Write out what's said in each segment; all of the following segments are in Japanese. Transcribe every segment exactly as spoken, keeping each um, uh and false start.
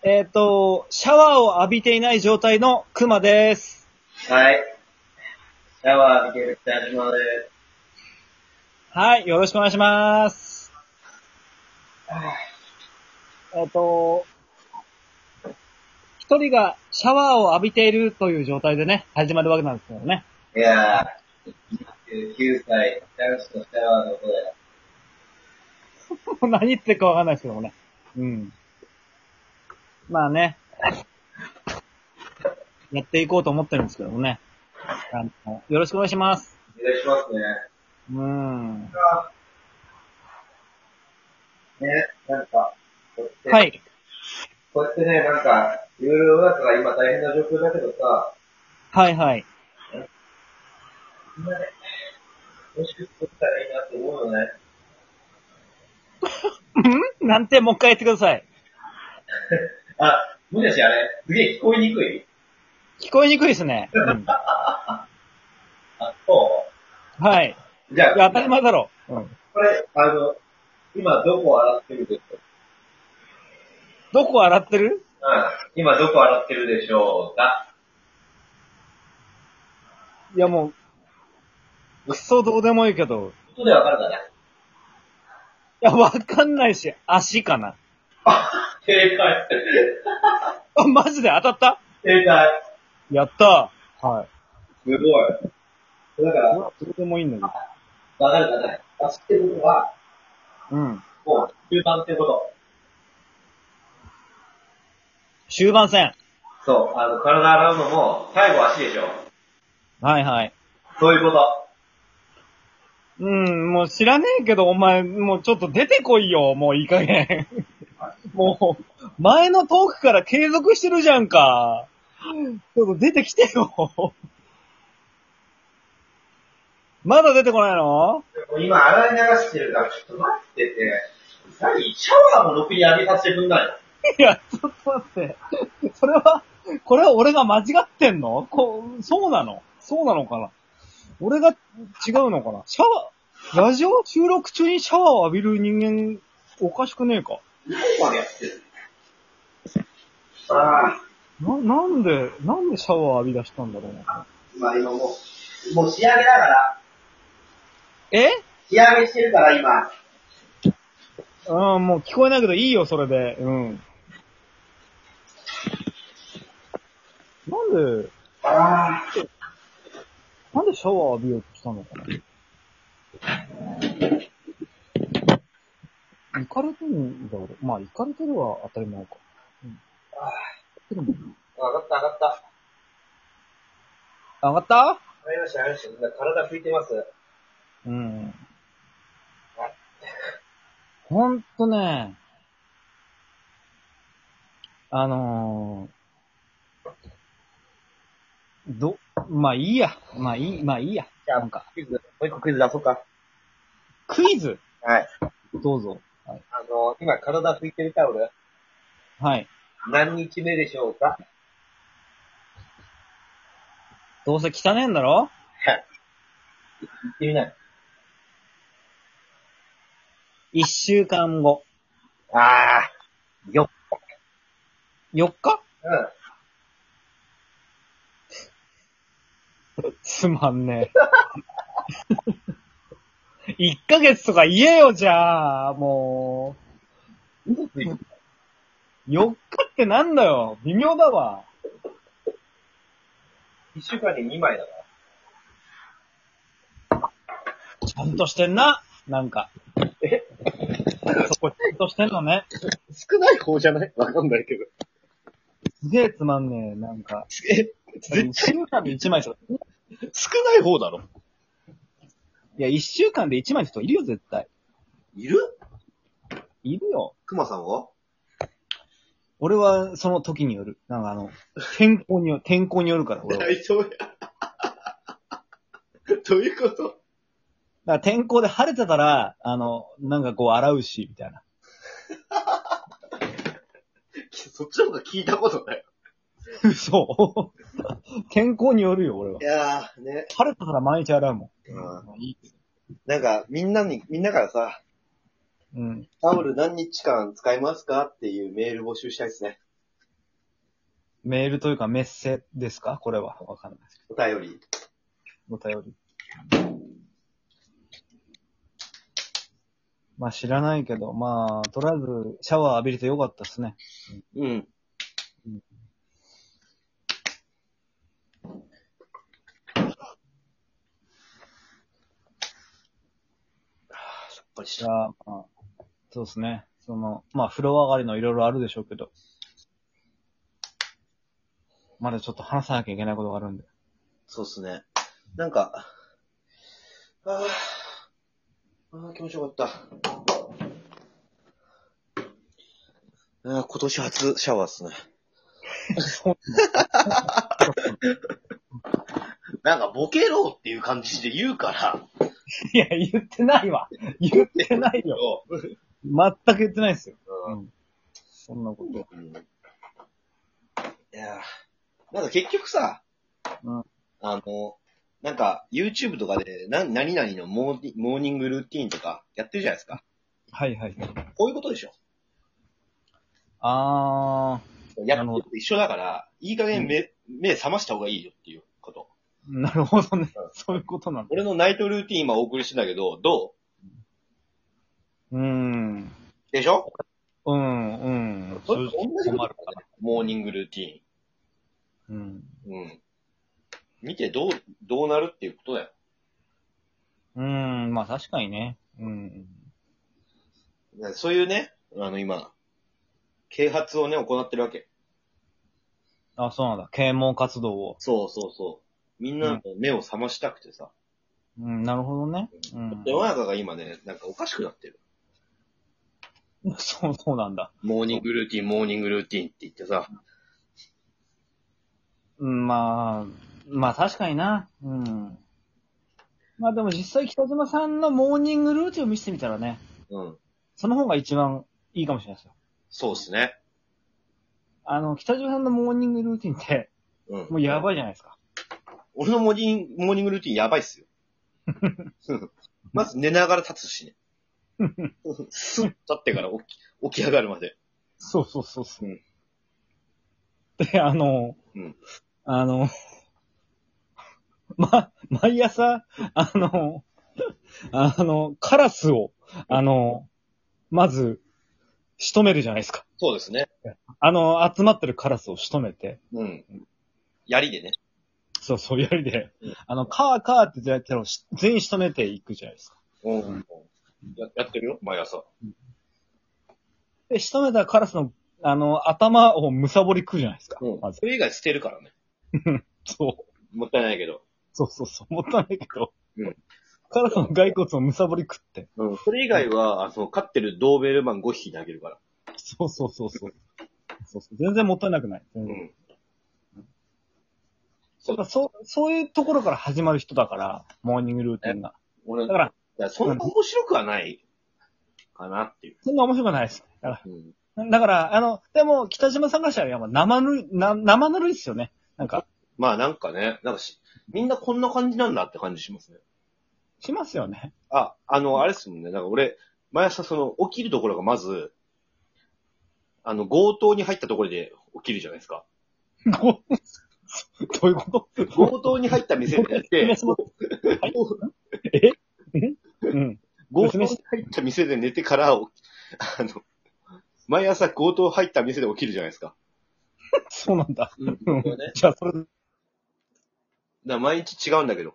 えっと、シャワーを浴びていない状態のクマです。 はい。シャワー浴びてる北島です。 はい、よろしくお願いします。えっと、一人がシャワーを浴びているという状態でね、始まるわけなんですけどね。 いやー、にじゅうきゅうさい、男子のシャワーの子だよ。 何言ってるかわかんないですけどもね。うん。まあね、やっていこうと思ってるんですけどもね。あのよろしくお願いします。 お願いしますね。 うーん。 ね、なんか、こうやって、 はい。 こうやってね、なんか、いろいろ世の中が今大変な状況だけどさ、 はいはい。 みんなね、美味しく作ったらいいなって思うよね。 んなんてもう一回言ってください。 あ、もしかしてあれ、すげえ聞こえにくい？ 聞こえにくいですね。うん。 あ、そはい。 うじゃあ、 いや、当たり前だろ。うん。 これ、あの、今どこ洗ってるでしょどこ洗ってる？ う？うん。今どこ洗ってるでしょうか？ いやもう、くそどうでもいいけど。 音でわかるかな？ いや、わかんないし、足かな。 あ、正解。 あ、マジで当たった？ 正解。 やったー。はい。 すごい。だから、 うわ、どうでもいいんだけわかるかな？足ってことは、 ど。うん。 もう、中盤ってこと。 終盤戦。 そう、あの、体洗うのも、最後足でしょ。 はいはい。 そういうこと。 うん、もう知らねえけど、お前、もうちょっと出てこいよ、もういい加減。もう、前のトークから継続してるじゃんか。ちょっと出てきてよ。まだ出てこないの？ 今、洗い流してるから、ちょっと待ってて。何？シャワーもろくに浴びさせてくんないの？ いや、ちょっと待って。それは、これは俺が間違ってんの？こそうなの？そうなのかな？俺が違うのかな？シャワー、ラジオ収録中にシャワーを浴びる人間、おかしくねえか？ 何までやってる？ああ。 な、なんで、なんでシャワー浴び出したんだろうな。 今、今もう、もう仕上げだから。 え？ 仕上げしてるから、今。 うん、もう聞こえないけどいいよ、それで。うん。なんで、 ああ。 なんでシャワー浴びようとしたのかな？行かれてるんだろう。まあ、行かれてるは当たり前か。うん。 あ上あ。上がった、上がった。 がった上がりました、上がりました。みんな体拭いてます。 うん。ほんとね、あのー、ど、まあいいや。まあいい、まあいいや。 じゃあ、 なんか、 クイズ、もう一個クイズ出そうか。 クイズはい。 どうぞ。はい。 あの、今体拭いてるタオル、 はい。 何日目でしょうか？ どうせ汚ねえんだろ？ はい。言ってみない。 一週間後。 ああ。よっ。 よっか？ うん。 つまんねえ。一ヶ月とか言えよ、じゃあ、も嘘ついてる。 う。よっかってなんだよ。微妙だわ。 一週間ににまいだかちゃんとしてんな。なんか。 えそこちゃんとしてんのね。 ら。少ない方じゃない？わかんないけど。 すげえつまんねえ、なんか。 え、 一週間で一枚とか。 少ない方だろ。 いや、一週間で一枚の人いるよ、絶対。 いる？ いるよ。 熊さんは？ 俺は、その時による。なんかあの、天候による、天候によるから、俺は。だか大丈夫や。どういうこと？ ら天候で晴れてたら、あの、なんかこう洗うし、みたいな。 そっちの方が聞いたことない。 嘘。天候によるよ、俺は。 いやー、ね。 晴れてたら毎日洗うもん。 うん。 いい。 なんか、みんなに、みんなからさ、 うん。 タオル何日間使いますかっていうメール募集したいですね。 メールというかメッセですかこれは。わかんないですけお便り。 ど。お便り。まあ知らないけど、まあ、とりあえずシャワー浴びれてよかったですね。 うん。 うんさっぱりした。 じゃあ、まあ、そうですね。その、まあ風呂上がりのいろいろあるでしょうけど。まだちょっと話さなきゃいけないことがあるんで。 そうっすね。なんか、あーあー、気持ちよかった。あー今年初シャワーっすね。 そうなんかボケろっていう感じで言うから。 いや、言ってないわ。言ってないよ。全く言ってないですよ。 ううんん。そんなこと。 うん、いやーなんか結局さ、 うん。 あの、なんか YouTube とかでな何々のモーニモーニングルーティーンとかやってるじゃないですか。 はいはい。 こういうことでしょ。 あやってると一緒だから、いい加減目、目覚ました方がいいよっていうこと。 ー、なるほどねうん。 そういうことなんだ。 俺のナイトルーティーン今お送りしてんだけど、どうーん。 うでしょ？ うん、うん。 それ正直同じこと困るかだね。モーニングルーティな。うん。 ーン。うん。見てどう、どうなるっていうことだよ。 うーん、まあ確かにね。うん。 だからそういうね、あの今、啓発をね、行ってるわけ。 あ、そうなんだ。啓蒙活動を。 そうそうそう。みんなの目を覚ましたくてさ。 うん、なるほどね。うん。 世の中が今ね、なんかおかしくなってる。 そう、そうなんだ。 モーニングルーティン、モーニングルーティンって言ってさ。 うん、まあ、まあ確かにな。うん。まあでも実際北島さんのモーニングルーティンを見せてみたらね、 うん。 その方が一番いいかもしれないですよ。 そうっすね。 あの、北島さんのモーニングルーティンって、 うん。 もうやばいじゃないですか。 俺のモーニング、モーニングルーティンやばいっすよ。まず寝ながら立つしね。スッと立ってから起き、起き上がるまで。 そうそうそうそう。 うんで、あの、 うんあの、ま、毎朝、あの、あの、カラスを、あの、まず、仕留めるじゃないですか。 そうですね。 あの、集まってるカラスを仕留めて、 うん。槍でね。 そうそう、やりでうん、 あの、カーカーってやったら全員仕留めていくじゃないですか。 うん。や、やってるよ、毎朝。 で、仕留めたカラスの、あの、頭をむさぼり食うじゃないですか。 うん。 まず。 それ以外捨てるからね。 そう。 もったいないけど。 そうそうそう。もったいないけど。 うんカラスの骸骨をむさぼり食って。 うん。それ以外は、あの、飼ってるドーベルマンごひきにあげるから。 そうそうそうそう。そうそう全然もったいなくない。全然うん。 やっぱそう、そういうところから始まる人だから、モーニングルーティンが。 俺、 だから、 だからそんな面白くはないかなっていう。 そんな面白くないです。だかうん。 ら、だからあの、でも、北島さんがしたら、やっぱ生ぬるい、な生ぬるいっすよね。なんか、 まあなんかね、なんかし、みんなこんな感じなんだって感じしますね。 しますよね。 あ、あの、あれっすもんね。なんか俺、毎朝その、起きるところがまず、あの、強盗に入ったところで起きるじゃないですか。 こうどういうこと強盗に入った店で寝て、 えうん。 強盗に入った店で寝てから、あの、毎朝強盗入った店で起きるじゃないですか。 そうなんだ。 うん。 うんこれね。 じゃあ、それ、 だから毎日違うんだけど。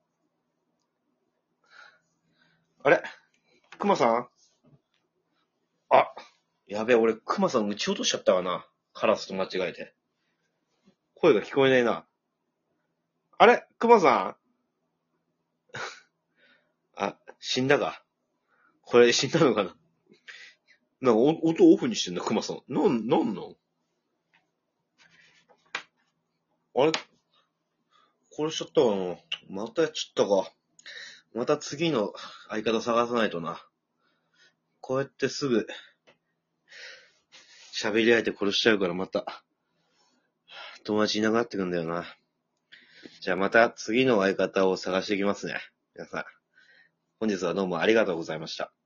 あれ熊さんあ、やべえ、俺熊さん撃ち落としちゃったかな。カラスと間違えて。声が聞こえないな。あれ熊さんあ、死んだか。これ死んだのかな。なんかお音オフにしてんだ、熊さん。なん、なんなんあれ殺しちゃったかな。またやっちゃったか。また次の相方探さないとな。こうやってすぐ、喋り合えて殺しちゃうからまた、友達いなくなってくんだよな。じゃあまた次の相方を探していきますね。皆さん。本日はどうもありがとうございました。